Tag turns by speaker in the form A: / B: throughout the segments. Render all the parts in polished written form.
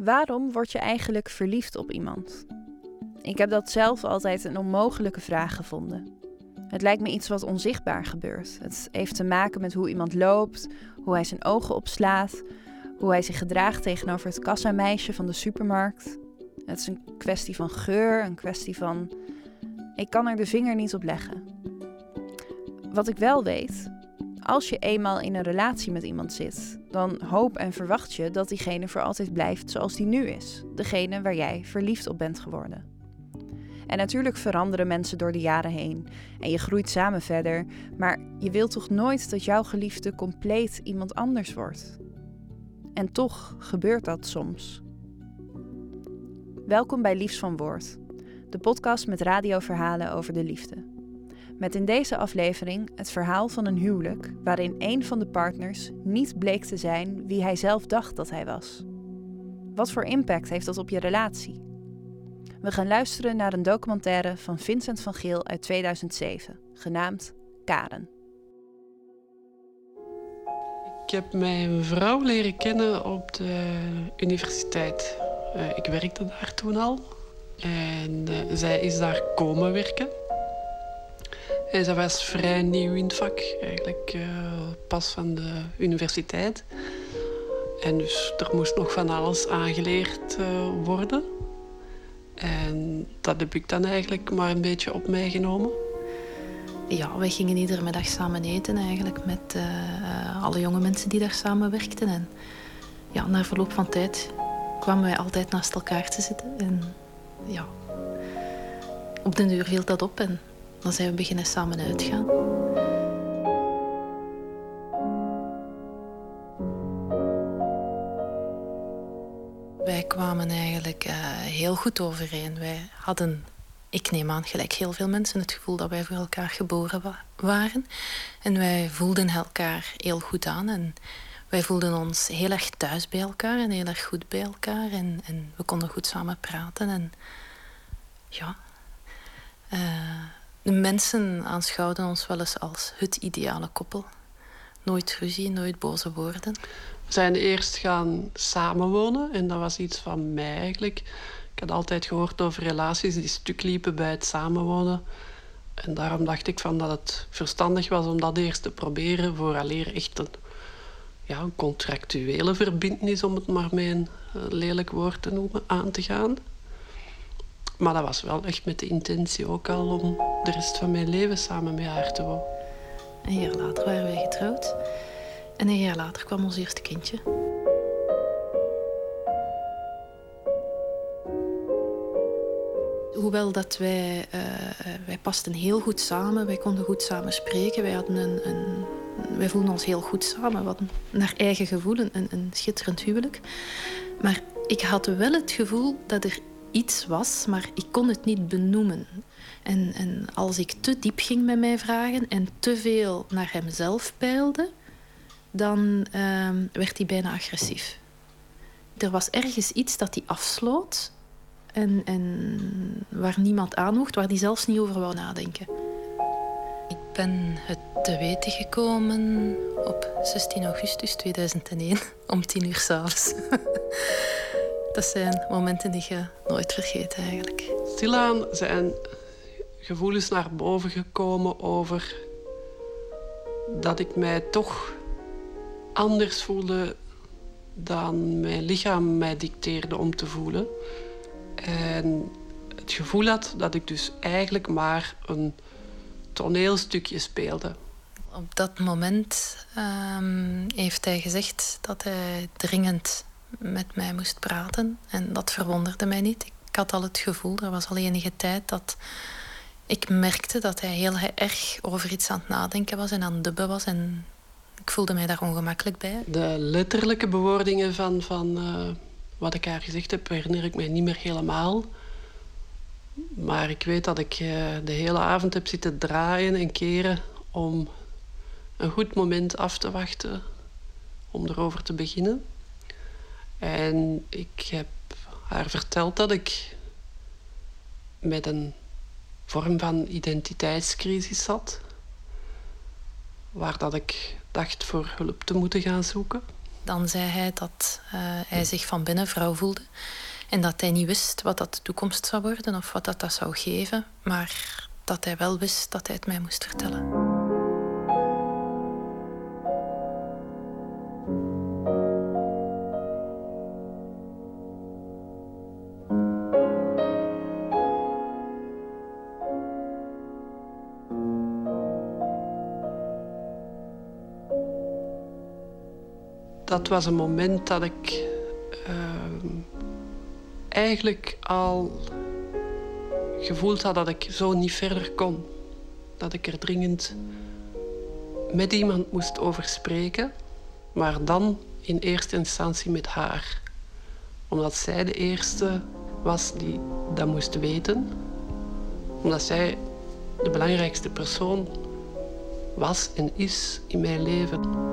A: Waarom word je eigenlijk verliefd op iemand? Ik heb dat zelf altijd een onmogelijke vraag gevonden. Het lijkt me iets wat onzichtbaar gebeurt. Het heeft te maken met hoe iemand loopt, hoe hij zijn ogen opslaat, hoe hij zich gedraagt tegenover het kassameisje van de supermarkt. Het is een kwestie van geur, een kwestie van... Ik kan er de vinger niet op leggen. Wat ik wel weet, als je eenmaal in een relatie met iemand zit, dan hoop en verwacht je dat diegene voor altijd blijft zoals die nu is. Degene waar jij verliefd op bent geworden. En natuurlijk veranderen mensen door de jaren heen en je groeit samen verder, maar je wilt toch nooit dat jouw geliefde compleet iemand anders wordt? En toch gebeurt dat soms. Welkom bij Liefs van Woord, de podcast met radioverhalen over de liefde. Met in deze aflevering het verhaal van een huwelijk waarin een van de partners niet bleek te zijn wie hij zelf dacht dat hij was. Wat voor impact heeft dat op je relatie? We gaan luisteren naar een documentaire van Vincent van Geel uit 2007, genaamd Karen.
B: Ik heb mijn vrouw leren kennen op de universiteit. Ik werkte daar toen al. En zij is daar komen werken. En zij was vrij nieuw in het vak, eigenlijk pas van de universiteit. En dus er moest nog van alles aangeleerd worden. En dat heb ik dan eigenlijk maar een beetje op mij genomen.
C: Ja, wij gingen iedere middag samen eten eigenlijk met alle jonge mensen die daar samen werkten. En ja, na verloop van tijd kwamen wij altijd naast elkaar te zitten. En ja, op den duur viel dat op en dan zijn we beginnen samen uitgaan. Wij kwamen eigenlijk heel goed overeen. Wij hadden, ik neem aan, gelijk heel veel mensen, het gevoel dat wij voor elkaar geboren waren. En wij voelden elkaar heel goed aan. En wij voelden ons heel erg thuis bij elkaar en heel erg goed bij elkaar. En we konden goed samen praten. En ja, de mensen aanschouwden ons wel eens als het ideale koppel. Nooit ruzie, nooit boze woorden.
B: We zijn eerst gaan samenwonen en dat was iets van mij eigenlijk. Ik had altijd gehoord over relaties die stuk liepen bij het samenwonen. En daarom dacht ik van dat het verstandig was om dat eerst te proberen vooraleer echt een contractuele verbintenis, om het maar met een lelijk woord te noemen, aan te gaan. Maar dat was wel echt met de intentie ook al om de rest van mijn leven samen met haar te wonen.
C: Een jaar later waren wij getrouwd. En een jaar later kwam ons eerste kindje. Hoewel dat wij pasten heel goed samen, wij konden goed samen spreken. Wij voelden ons heel goed samen. We hadden naar eigen gevoel een schitterend huwelijk. Maar ik had wel het gevoel dat er iets was, maar ik kon het niet benoemen. En als ik te diep ging met mijn vragen en te veel naar hemzelf peilde, dan werd hij bijna agressief. Er was ergens iets dat hij afsloot en waar niemand aanhoeft, waar hij zelfs niet over wou nadenken. Ik ben het te weten gekomen op 16 augustus 2001 om 10:00 s'avonds. Dat zijn momenten die je nooit vergeet eigenlijk.
B: Stilaan zijn gevoelens naar boven gekomen over dat ik mij toch anders voelde dan mijn lichaam mij dicteerde om te voelen. En het gevoel had dat ik dus eigenlijk maar een toneelstukje speelde.
C: Op dat moment heeft hij gezegd dat hij dringend met mij moest praten. En dat verwonderde mij niet. Ik had al het gevoel, er was al enige tijd, dat ik merkte dat hij heel erg over iets aan het nadenken was en aan het dubben was. En ik voelde mij daar ongemakkelijk bij.
B: De letterlijke bewoordingen van wat ik haar gezegd heb, herinner ik mij niet meer helemaal. Maar ik weet dat ik de hele avond heb zitten draaien en keren om een goed moment af te wachten om erover te beginnen. En ik heb haar verteld dat ik met een vorm van identiteitscrisis zat, waar dat ik dacht voor hulp te moeten gaan zoeken.
C: Dan zei hij dat hij zich van binnen vrouw voelde. En dat hij niet wist wat dat de toekomst zou worden of wat dat zou geven. Maar dat hij wel wist dat hij het mij moest vertellen.
B: Dat was een moment dat ik eigenlijk al gevoeld had dat ik zo niet verder kon. Dat ik er dringend met iemand moest over spreken, maar dan in eerste instantie met haar. Omdat zij de eerste was die dat moest weten. Omdat zij de belangrijkste persoon was en is in mijn leven.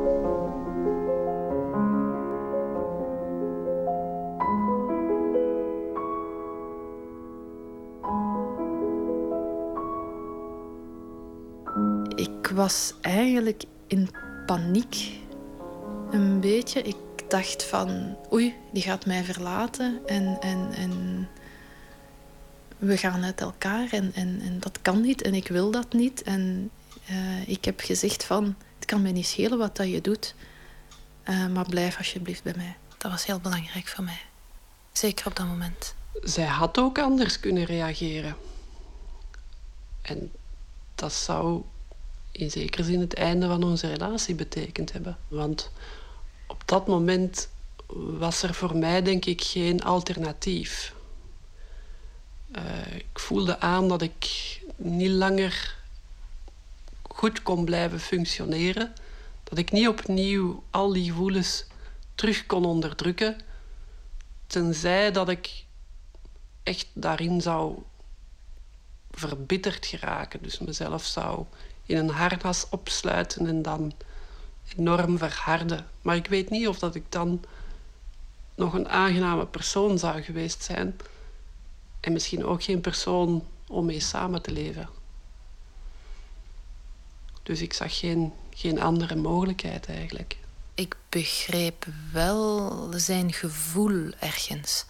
C: Ik was eigenlijk in paniek, een beetje. Ik dacht van, oei, die gaat mij verlaten en we gaan uit elkaar en dat kan niet en ik wil dat niet. En ik heb gezegd van, het kan mij niet schelen wat dat je doet, maar blijf alsjeblieft bij mij. Dat was heel belangrijk voor mij, zeker op dat moment.
B: Zij had ook anders kunnen reageren. En dat zou in zekere zin het einde van onze relatie betekend hebben. Want op dat moment was er voor mij, denk ik, geen alternatief. Ik voelde aan dat ik niet langer goed kon blijven functioneren. Dat ik niet opnieuw al die gevoelens terug kon onderdrukken. Tenzij dat ik echt daarin zou verbitterd geraken. Dus mezelf zou in een harnas opsluiten en dan enorm verharden. Maar ik weet niet of dat ik dan nog een aangename persoon zou geweest zijn. En misschien ook geen persoon om mee samen te leven. Dus ik zag geen andere mogelijkheid eigenlijk.
C: Ik begreep wel zijn gevoel ergens.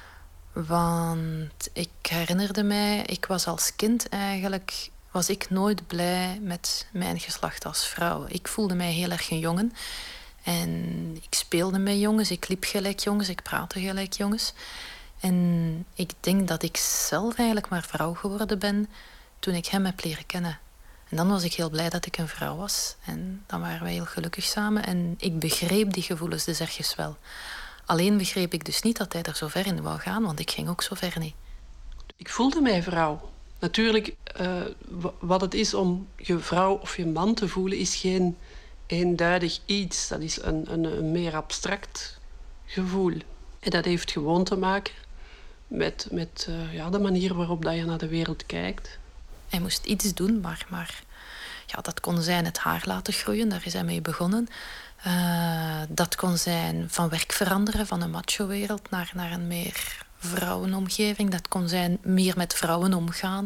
C: Want ik herinnerde mij, ik was als kind eigenlijk, was ik nooit blij met mijn geslacht als vrouw. Ik voelde mij heel erg een jongen. En ik speelde met jongens, ik liep gelijk jongens, ik praatte gelijk jongens. En ik denk dat ik zelf eigenlijk maar vrouw geworden ben toen ik hem heb leren kennen. En dan was ik heel blij dat ik een vrouw was. En dan waren wij heel gelukkig samen. En ik begreep die gevoelens dus ergens wel. Alleen begreep ik dus niet dat hij er zo ver in wou gaan, want ik ging ook zo ver niet.
B: Ik voelde mij vrouw. Natuurlijk, wat het is om je vrouw of je man te voelen, is geen eenduidig iets. Dat is een meer abstract gevoel. En dat heeft gewoon te maken met de manier waarop dat je naar de wereld kijkt.
C: Hij moest iets doen, maar ja, dat kon zijn het haar laten groeien. Daar is hij mee begonnen. Dat kon zijn van werk veranderen, van een macho-wereld naar een meer vrouwenomgeving. Dat kon zijn meer met vrouwen omgaan.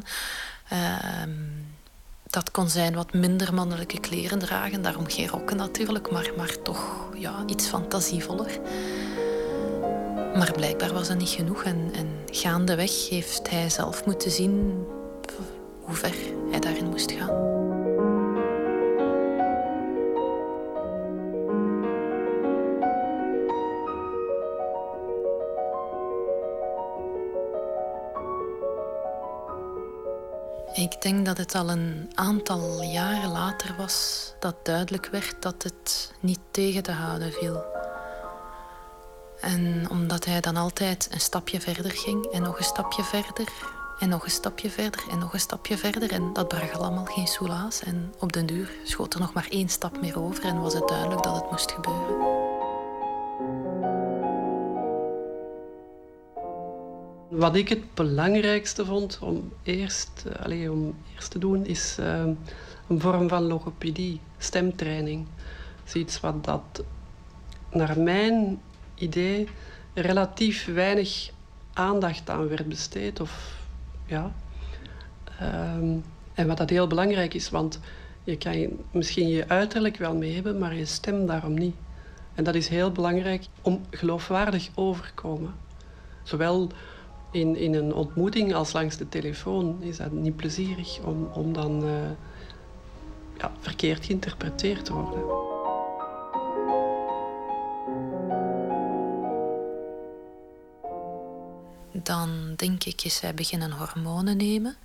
C: Dat kon zijn wat minder mannelijke kleren dragen. Daarom geen rokken natuurlijk, maar toch ja, iets fantasievoller. Maar blijkbaar was dat niet genoeg. En gaandeweg heeft hij zelf moeten zien hoe ver hij daarin moest gaan. Ik denk dat het al een aantal jaren later was dat duidelijk werd dat het niet tegen te houden viel. En omdat hij dan altijd een stapje verder ging en nog een stapje verder en nog een stapje verder en nog een stapje verder. En dat bracht allemaal geen soelaas. En op den duur schoot er nog maar 1 stap meer over en was het duidelijk dat het moest gebeuren.
B: Wat ik het belangrijkste vond om eerst te doen, is een vorm van logopedie, stemtraining. Dat is iets wat dat, naar mijn idee, relatief weinig aandacht aan werd besteed. En wat dat heel belangrijk is, want je kan misschien je uiterlijk wel mee hebben, maar je stem daarom niet. En dat is heel belangrijk om geloofwaardig overkomen. Zowel in een ontmoeting als langs de telefoon is dat niet plezierig om dan verkeerd geïnterpreteerd te worden.
C: Dan denk ik, is zij beginnen hormonen nemen.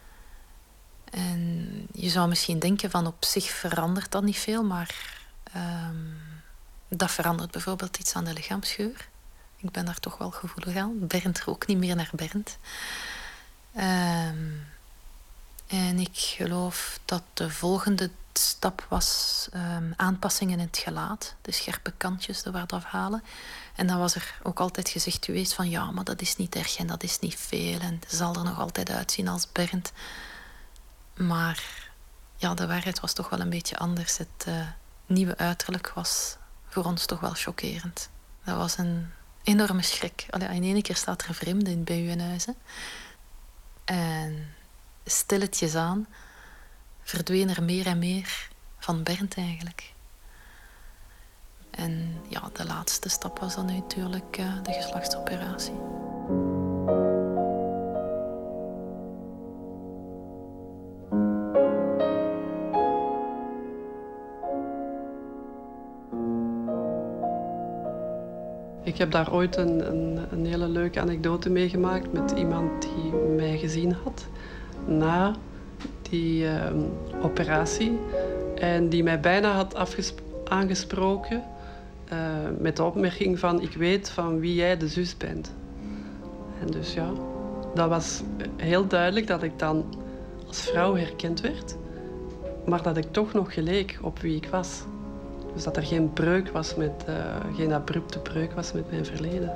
C: En je zou misschien denken van op zich verandert dat niet veel, maar dat verandert bijvoorbeeld iets aan de lichaamsgeur. Ik ben daar toch wel gevoelig aan. Bernd rookt niet meer naar Bernd. En ik geloof dat de volgende stap was aanpassingen in het gelaat. De scherpe kantjes er wat afhalen. En dan was er ook altijd gezegd geweest van ja, maar dat is niet erg en dat is niet veel. En het zal er nog altijd uitzien als Bernd. Maar ja, de waarheid was toch wel een beetje anders. Het nieuwe uiterlijk was voor ons toch wel chockerend. Dat was een enorme schrik. Allee, in één keer staat er vreemde bij u in huis. Hè. En stilletjes aan verdween er meer en meer van Bernd eigenlijk. En ja, de laatste stap was dan natuurlijk de geslachtsoperatie.
B: Ik heb daar ooit een hele leuke anekdote meegemaakt met iemand die mij gezien had na die operatie en die mij bijna had aangesproken met de opmerking van ik weet van wie jij de zus bent. En dus ja, dat was heel duidelijk dat ik dan als vrouw herkend werd, maar dat ik toch nog geleek op wie ik was. Dus dat er geen breuk was geen abrupte breuk was met mijn verleden.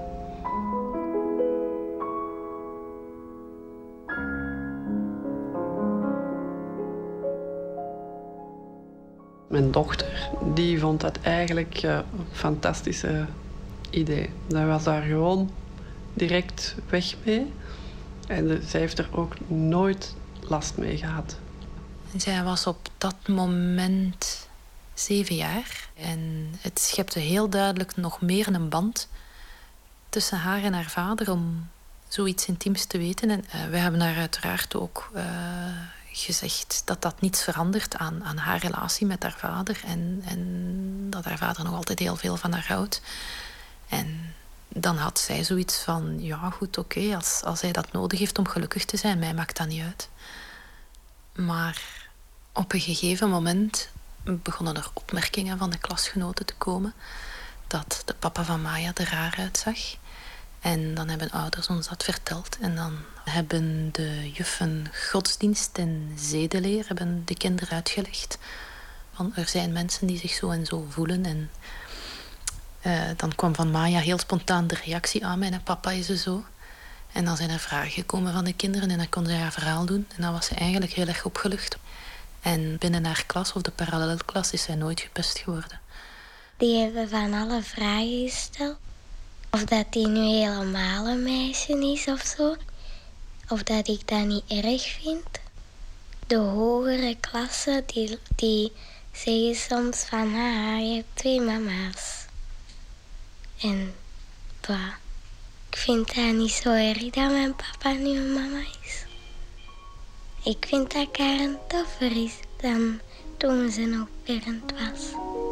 B: Mijn dochter, die vond dat eigenlijk een fantastische idee. Zij was daar gewoon direct weg mee. En zij heeft er ook nooit last mee gehad.
C: Zij was op dat moment 7 jaar. En het schepte heel duidelijk nog meer een band tussen haar en haar vader om zoiets intiems te weten. En we hebben haar uiteraard ook gezegd dat dat niets verandert aan haar relatie met haar vader. En dat haar vader nog altijd heel veel van haar houdt. En dan had zij zoiets van, ja goed, oké, als hij dat nodig heeft om gelukkig te zijn, mij maakt dat niet uit. Maar op een gegeven moment begonnen er opmerkingen van de klasgenoten te komen dat de papa van Maya er raar uitzag. En dan hebben ouders ons dat verteld. En dan hebben de juffen godsdienst en zedeleer hebben de kinderen uitgelegd. Van er zijn mensen die zich zo en zo voelen. En dan kwam van Maya heel spontaan de reactie aan. Mijn papa is er zo. En dan zijn er vragen gekomen van de kinderen en dan kon zij haar verhaal doen. En dan was ze eigenlijk heel erg opgelucht. En binnen haar klas of de parallelklas is zij nooit gepest geworden.
D: Die hebben van alle vragen gesteld. Of dat die nu helemaal een meisje is of zo. Of dat ik dat niet erg vind. De hogere klassen die zeggen soms van je hebt 2 mama's. En ik vind dat niet zo erg dat mijn papa nu een mama is. Ik vind dat Karen toffer is dan toen ze nog Bernd was.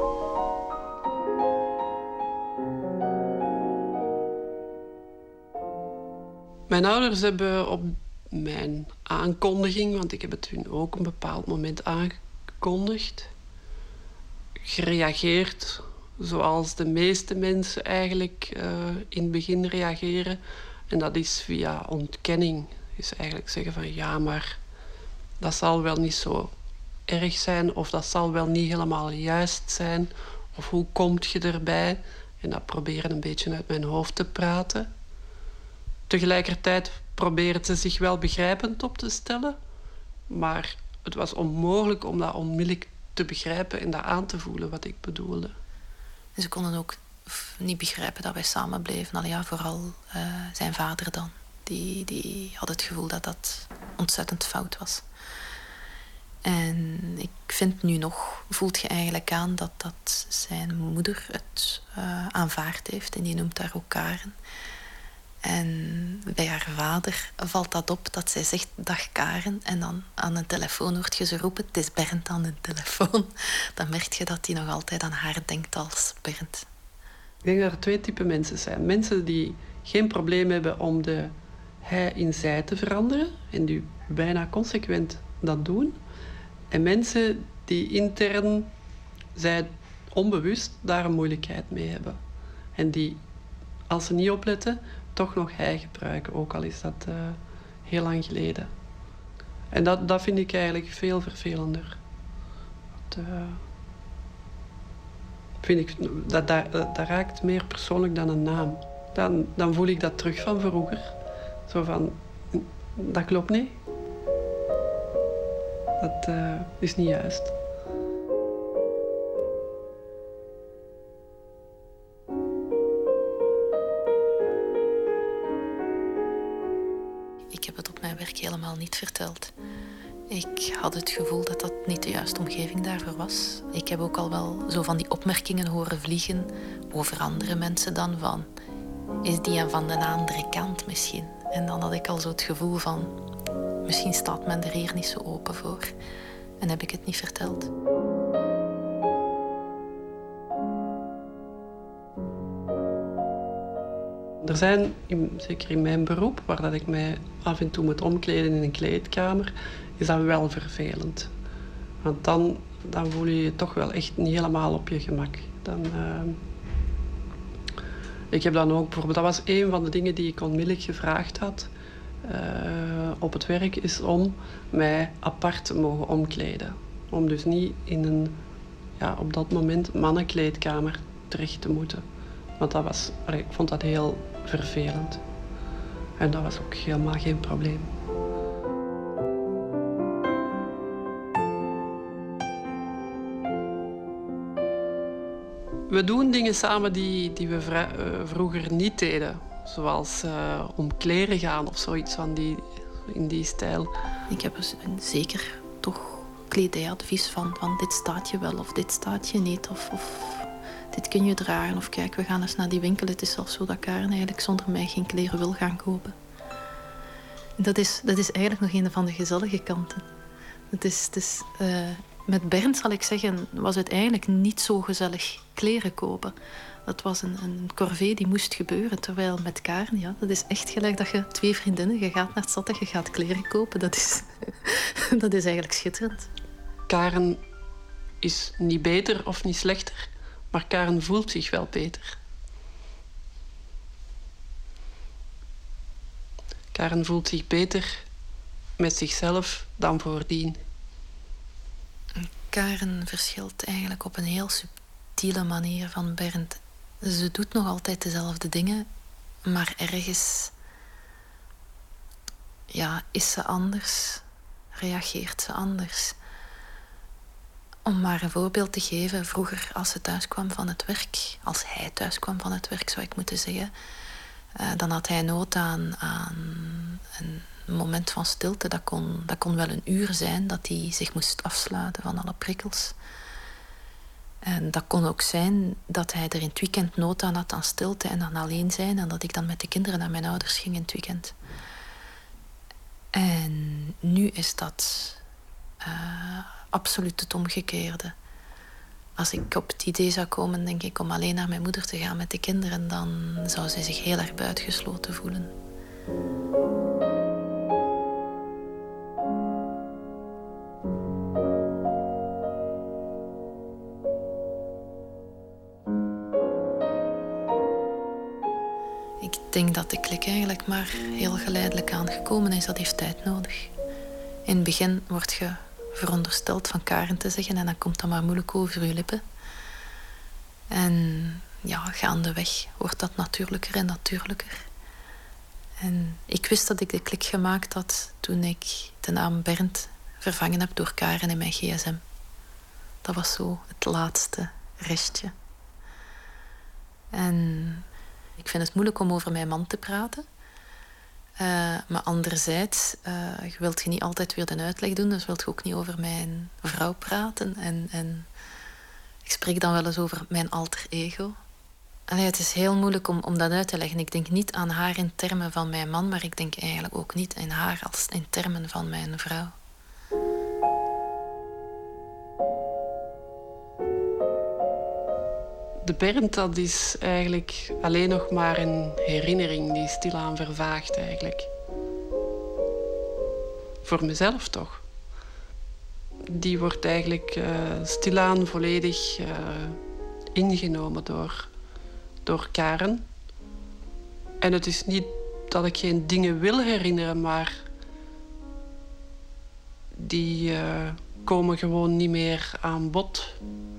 B: Mijn ouders hebben op mijn aankondiging, want ik heb het hun ook een bepaald moment aangekondigd, gereageerd zoals de meeste mensen eigenlijk in het begin reageren. En dat is via ontkenning. Dus eigenlijk zeggen van ja, maar dat zal wel niet zo erg zijn of dat zal wel niet helemaal juist zijn. Of hoe komt je erbij? En dat proberen een beetje uit mijn hoofd te praten. Tegelijkertijd proberen ze zich wel begrijpend op te stellen. Maar het was onmogelijk om dat onmiddellijk te begrijpen en dat aan te voelen wat ik bedoelde.
C: En ze konden ook niet begrijpen dat wij samen bleven. Al ja, vooral zijn vader dan. Die had het gevoel dat dat ontzettend fout was. En ik vind nu nog, voelt je eigenlijk aan dat zijn moeder het aanvaard heeft. En die noemt haar ook Karen. En bij haar vader valt dat op dat zij zegt dag Karen. En dan aan de telefoon hoort je ze roepen, het is Bernd aan de telefoon. Dan merk je dat hij nog altijd aan haar denkt als Bernd.
B: Ik denk dat er 2 typen mensen zijn. Mensen die geen probleem hebben om de hij in zij te veranderen. En die bijna consequent dat doen. En mensen die intern, zij onbewust, daar een moeilijkheid mee hebben. En die, als ze niet opletten, toch nog hij gebruiken. Ook al is dat heel lang geleden. En dat vind ik eigenlijk veel vervelender. Dat raakt meer persoonlijk dan een naam. Dan voel ik dat terug van vroeger. Zo van, dat klopt niet. Dat is niet juist.
C: Ik heb het op mijn werk helemaal niet verteld. Ik had het gevoel dat dat niet de juiste omgeving daarvoor was. Ik heb ook al wel zo van die opmerkingen horen vliegen over andere mensen dan van... Is die een van de andere kant misschien? En dan had ik al zo het gevoel van... Misschien staat men er hier niet zo open voor. En heb ik het niet verteld.
B: Er zijn, zeker in mijn beroep, waar dat ik mij af en toe moet omkleden in een kleedkamer, is dat wel vervelend. Want dan voel je je toch wel echt niet helemaal op je gemak. Ik heb dan ook bijvoorbeeld, dat was een van de dingen die ik onmiddellijk gevraagd had op het werk, is om mij apart te mogen omkleden. Om dus niet in een, op dat moment, mannenkleedkamer terecht te moeten. Want ik vond dat heel vervelend. En dat was ook helemaal geen probleem. We doen dingen samen die we vroeger niet deden. Zoals om kleren gaan of zoiets in die stijl.
C: Ik heb zeker toch kledijadvies van dit staat je wel of dit staat je niet. Of dit kun je dragen. Of kijk, we gaan eens naar die winkel. Het is zelfs zo dat Karen eigenlijk zonder mij geen kleren wil gaan kopen. Dat is eigenlijk nog een van de gezellige kanten. Met Bernd, zal ik zeggen, was het eigenlijk niet zo gezellig kleren kopen. Dat was een corvée die moest gebeuren. Terwijl met Karen, dat is echt gelijk dat je 2 vriendinnen, je gaat naar het stad en je gaat kleren kopen. Dat is eigenlijk schitterend.
B: Karen is niet beter of niet slechter, maar Karen voelt zich wel beter. Karen voelt zich beter met zichzelf dan voordien.
C: Karen verschilt eigenlijk op een heel subtiele manier van Bernd. Ze doet nog altijd dezelfde dingen, maar ergens is ze anders, reageert ze anders. Om maar een voorbeeld te geven, vroeger als hij thuis kwam van het werk, zou ik moeten zeggen, dan had hij nood aan een moment van stilte. Dat kon wel een uur zijn dat hij zich moest afsluiten van alle prikkels. En dat kon ook zijn dat hij er in het weekend nood aan had aan stilte en aan alleen zijn. En dat ik dan met de kinderen naar mijn ouders ging in het weekend. En nu is dat absoluut het omgekeerde. Als ik op het idee zou komen, denk ik, om alleen naar mijn moeder te gaan met de kinderen, dan zou zij zich heel erg buitengesloten voelen. Ik denk dat de klik eigenlijk maar heel geleidelijk aangekomen is. Dat heeft tijd nodig. In het begin word je verondersteld van Karen te zeggen en dan komt dat maar moeilijk over je lippen. En gaandeweg wordt dat natuurlijker en natuurlijker. En ik wist dat ik de klik gemaakt had toen ik de naam Bernd vervangen heb door Karen in mijn gsm. Dat was zo het laatste restje. En ik vind het moeilijk om over mijn man te praten. Maar anderzijds, je wilt niet altijd weer de uitleg doen, dus wilt je ook niet over mijn vrouw praten. En ik spreek dan wel eens over mijn alter ego. Allee, het is heel moeilijk om dat uit te leggen. Ik denk niet aan haar in termen van mijn man, maar ik denk eigenlijk ook niet aan haar als in termen van mijn vrouw.
B: De Bernd, dat is eigenlijk alleen nog maar een herinnering die stilaan vervaagt eigenlijk. Voor mezelf toch. Die wordt eigenlijk stilaan volledig ingenomen door Karen. En het is niet dat ik geen dingen wil herinneren, maar die komen gewoon niet meer aan bod.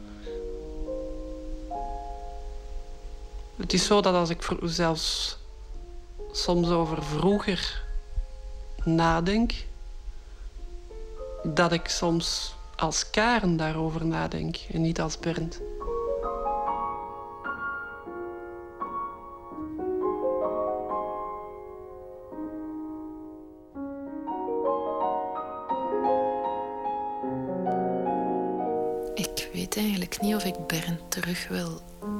B: Het is zo dat als ik zelfs soms over vroeger nadenk, dat ik soms als Karen daarover nadenk en niet als Bernd.
C: Ik weet eigenlijk niet of ik Bernd terug wil.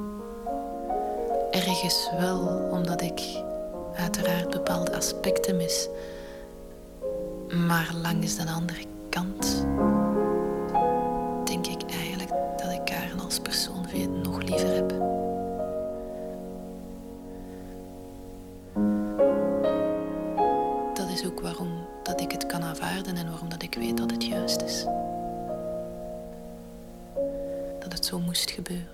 C: Ergens wel, omdat ik uiteraard bepaalde aspecten mis. Maar langs de andere kant denk ik eigenlijk dat ik Karen als persoon veel nog liever heb. Dat is ook waarom dat ik het kan aanvaarden en waarom dat ik weet dat het juist is. Dat het zo moest gebeuren.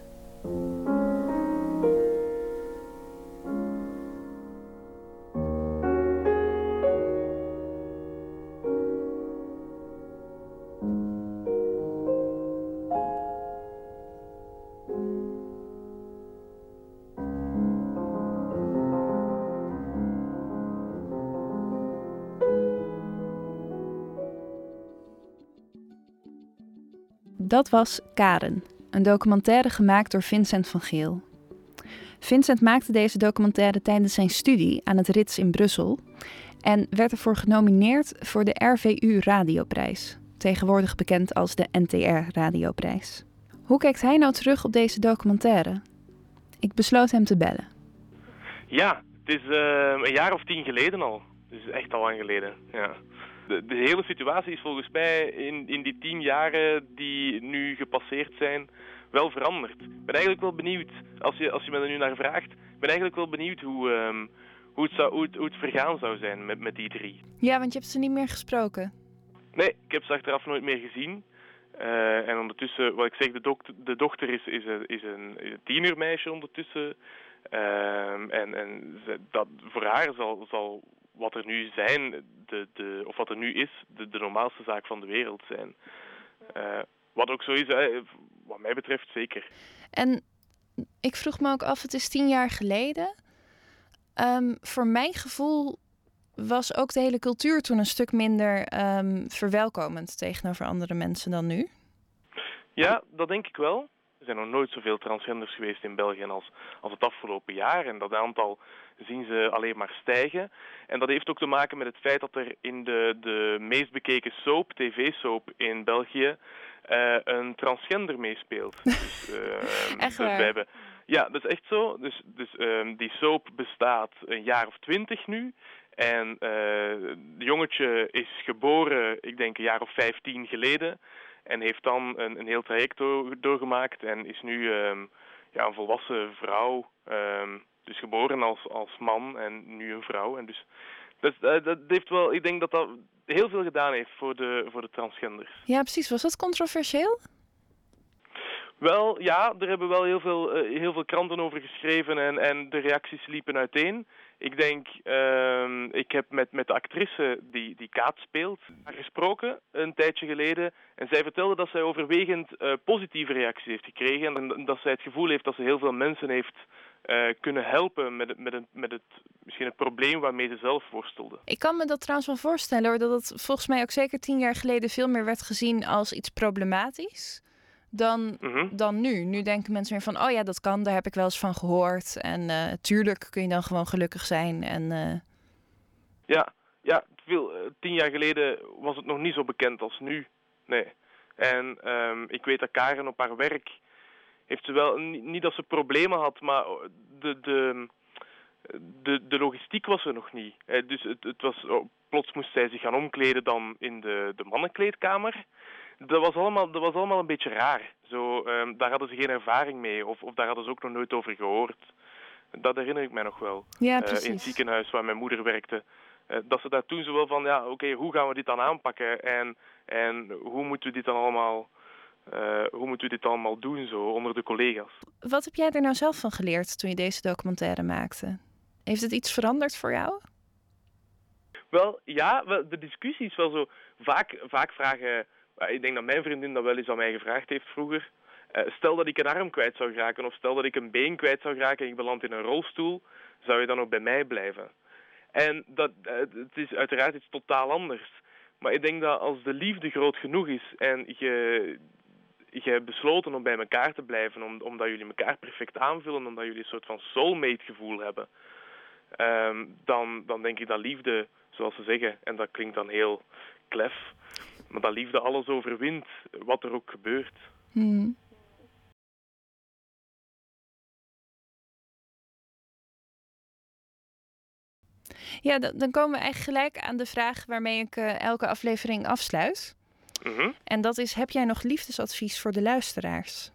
A: Dat was Karen, een documentaire gemaakt door Vincent van Geel. Vincent maakte deze documentaire tijdens zijn studie aan het RITS in Brussel en werd ervoor genomineerd voor de RVU Radioprijs, tegenwoordig bekend als de NTR Radioprijs. Hoe kijkt hij nou terug op deze documentaire? Ik besloot hem te bellen.
E: Ja, het is een jaar of 10 geleden al. Dus echt al lang geleden, ja. De hele situatie is volgens mij in die 10 jaren die nu gepasseerd zijn wel veranderd. Ik ben eigenlijk wel benieuwd, als je me er nu naar vraagt, ik ben eigenlijk wel benieuwd hoe het vergaan zou zijn met die 3.
A: Ja, want je hebt ze niet meer gesproken.
E: Nee, ik heb ze achteraf nooit meer gezien. En ondertussen, wat ik zeg, de dochter is een tienermeisje ondertussen. Dat voor haar zal wat er nu zijn, of wat er nu is, de normaalste zaak van de wereld zijn. Wat ook zo is, wat mij betreft zeker.
A: En ik vroeg me ook af, het is 10 jaar geleden. Voor mijn gevoel was ook de hele cultuur toen een stuk minder verwelkomend tegenover andere mensen dan nu.
E: Ja, dat denk ik wel. Er zijn nog nooit zoveel transgenders geweest in België als het afgelopen jaar. En dat aantal zien ze alleen maar stijgen. En dat heeft ook te maken met het feit dat er in de meest bekeken soap, tv-soap in België, een transgender meespeelt. Dus,
A: echt waar?
E: Ja, dat is echt zo. Dus die soap bestaat een jaar of 20 nu. En het jongetje is geboren, ik denk een jaar of 15 geleden. En heeft dan een heel traject doorgemaakt en is nu een volwassen vrouw. Dus geboren als man en nu een vrouw. En dus dat heeft wel, ik denk dat dat heel veel gedaan heeft voor de transgenders.
A: Ja, precies. Was dat controversieel?
E: Wel, ja, er hebben wel heel veel kranten over geschreven en de reacties liepen uiteen. Ik denk, ik heb met de actrice die Kaat speelt gesproken een tijdje geleden. En zij vertelde dat zij overwegend positieve reacties heeft gekregen. En dat zij het gevoel heeft dat ze heel veel mensen heeft kunnen helpen met misschien het probleem waarmee ze zelf worstelde.
A: Ik kan me dat trouwens wel voorstellen hoor, dat het volgens mij ook zeker 10 jaar geleden veel meer werd gezien als iets problematisch dan nu. Nu denken mensen meer van, oh ja, dat kan, daar heb ik wel eens van gehoord. En tuurlijk kun je dan gewoon gelukkig zijn. En,
E: Ja, 10 jaar geleden was het nog niet zo bekend als nu. Nee. En ik weet dat Karen op haar werk heeft ze wel, niet dat ze problemen had, maar de logistiek was er nog niet. Dus het was, plots moest zij zich gaan omkleden dan in de mannenkleedkamer. Dat was allemaal een beetje raar. Zo, daar hadden ze geen ervaring mee, of daar hadden ze ook nog nooit over gehoord. Dat herinner ik mij nog wel.
A: Ja, precies.
E: In het ziekenhuis waar mijn moeder werkte. Dat ze daar toen zo wel van, oké, hoe gaan we dit dan aanpakken? En hoe moeten we dit allemaal doen zo onder de collega's?
A: Wat heb jij er nou zelf van geleerd toen je deze documentaire maakte? Heeft het iets veranderd voor jou?
E: Wel, ja, de discussie is wel zo. Vaak vragen... Ik denk dat mijn vriendin dat wel eens aan mij gevraagd heeft vroeger. Stel dat ik een arm kwijt zou geraken of stel dat ik een been kwijt zou geraken en ik beland in een rolstoel, zou je dan ook bij mij blijven? En het is uiteraard iets totaal anders. Maar ik denk dat als de liefde groot genoeg is en je hebt besloten om bij elkaar te blijven, omdat jullie elkaar perfect aanvullen, omdat jullie een soort van soulmate gevoel hebben, dan denk ik dat liefde, zoals ze zeggen, en dat klinkt dan heel klef, maar dat liefde alles overwint, wat er ook gebeurt.
A: Ja, dan komen we eigenlijk gelijk aan de vraag waarmee ik elke aflevering afsluit.
E: Mm-hmm.
A: En dat is, heb jij nog liefdesadvies voor de luisteraars?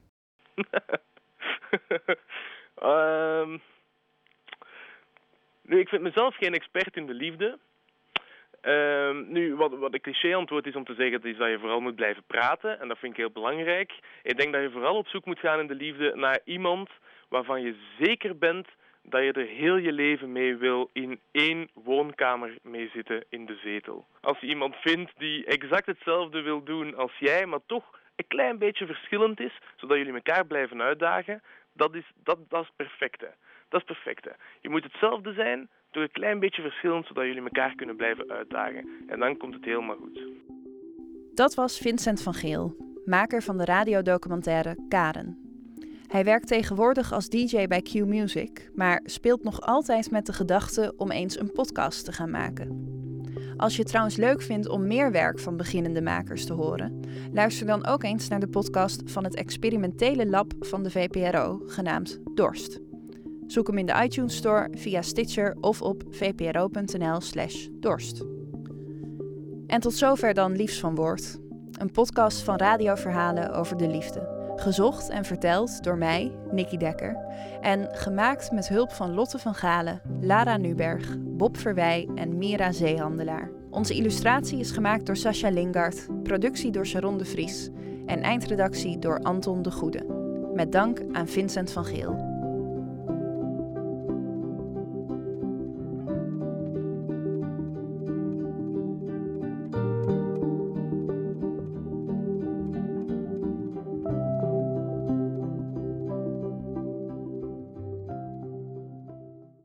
E: Nu, ik vind mezelf geen expert in de liefde. Nu, wat een cliché-antwoord is om te zeggen, is dat je vooral moet blijven praten. En dat vind ik heel belangrijk. Ik denk dat je vooral op zoek moet gaan in de liefde naar iemand waarvan je zeker bent dat je er heel je leven mee wil in 1 woonkamer mee zitten in de zetel. Als je iemand vindt die exact hetzelfde wil doen als jij, maar toch een klein beetje verschillend is, zodat jullie elkaar blijven uitdagen, dat is perfecte. Dat is perfecte. Je moet hetzelfde zijn, toch een klein beetje verschillend, zodat jullie elkaar kunnen blijven uitdagen. En dan komt het helemaal goed.
A: Dat was Vincent van Geel, maker van de radiodocumentaire Karen. Hij werkt tegenwoordig als DJ bij Q Music, maar speelt nog altijd met de gedachte om eens een podcast te gaan maken. Als je het trouwens leuk vindt om meer werk van beginnende makers te horen, luister dan ook eens naar de podcast van het experimentele lab van de VPRO, genaamd Dorst. Zoek hem in de iTunes Store, via Stitcher of op vpro.nl/dorst. En tot zover dan Liefs van Woord, een podcast van radioverhalen over de liefde. Gezocht en verteld door mij, Nikki Dekker, en gemaakt met hulp van Lotte van Galen, Lara Nuberg, Bob Verwij en Mira Zeehandelaar. Onze illustratie is gemaakt door Sascha Lingard, productie door Sharon de Vries en eindredactie door Anton de Goede. Met dank aan Vincent van Geel.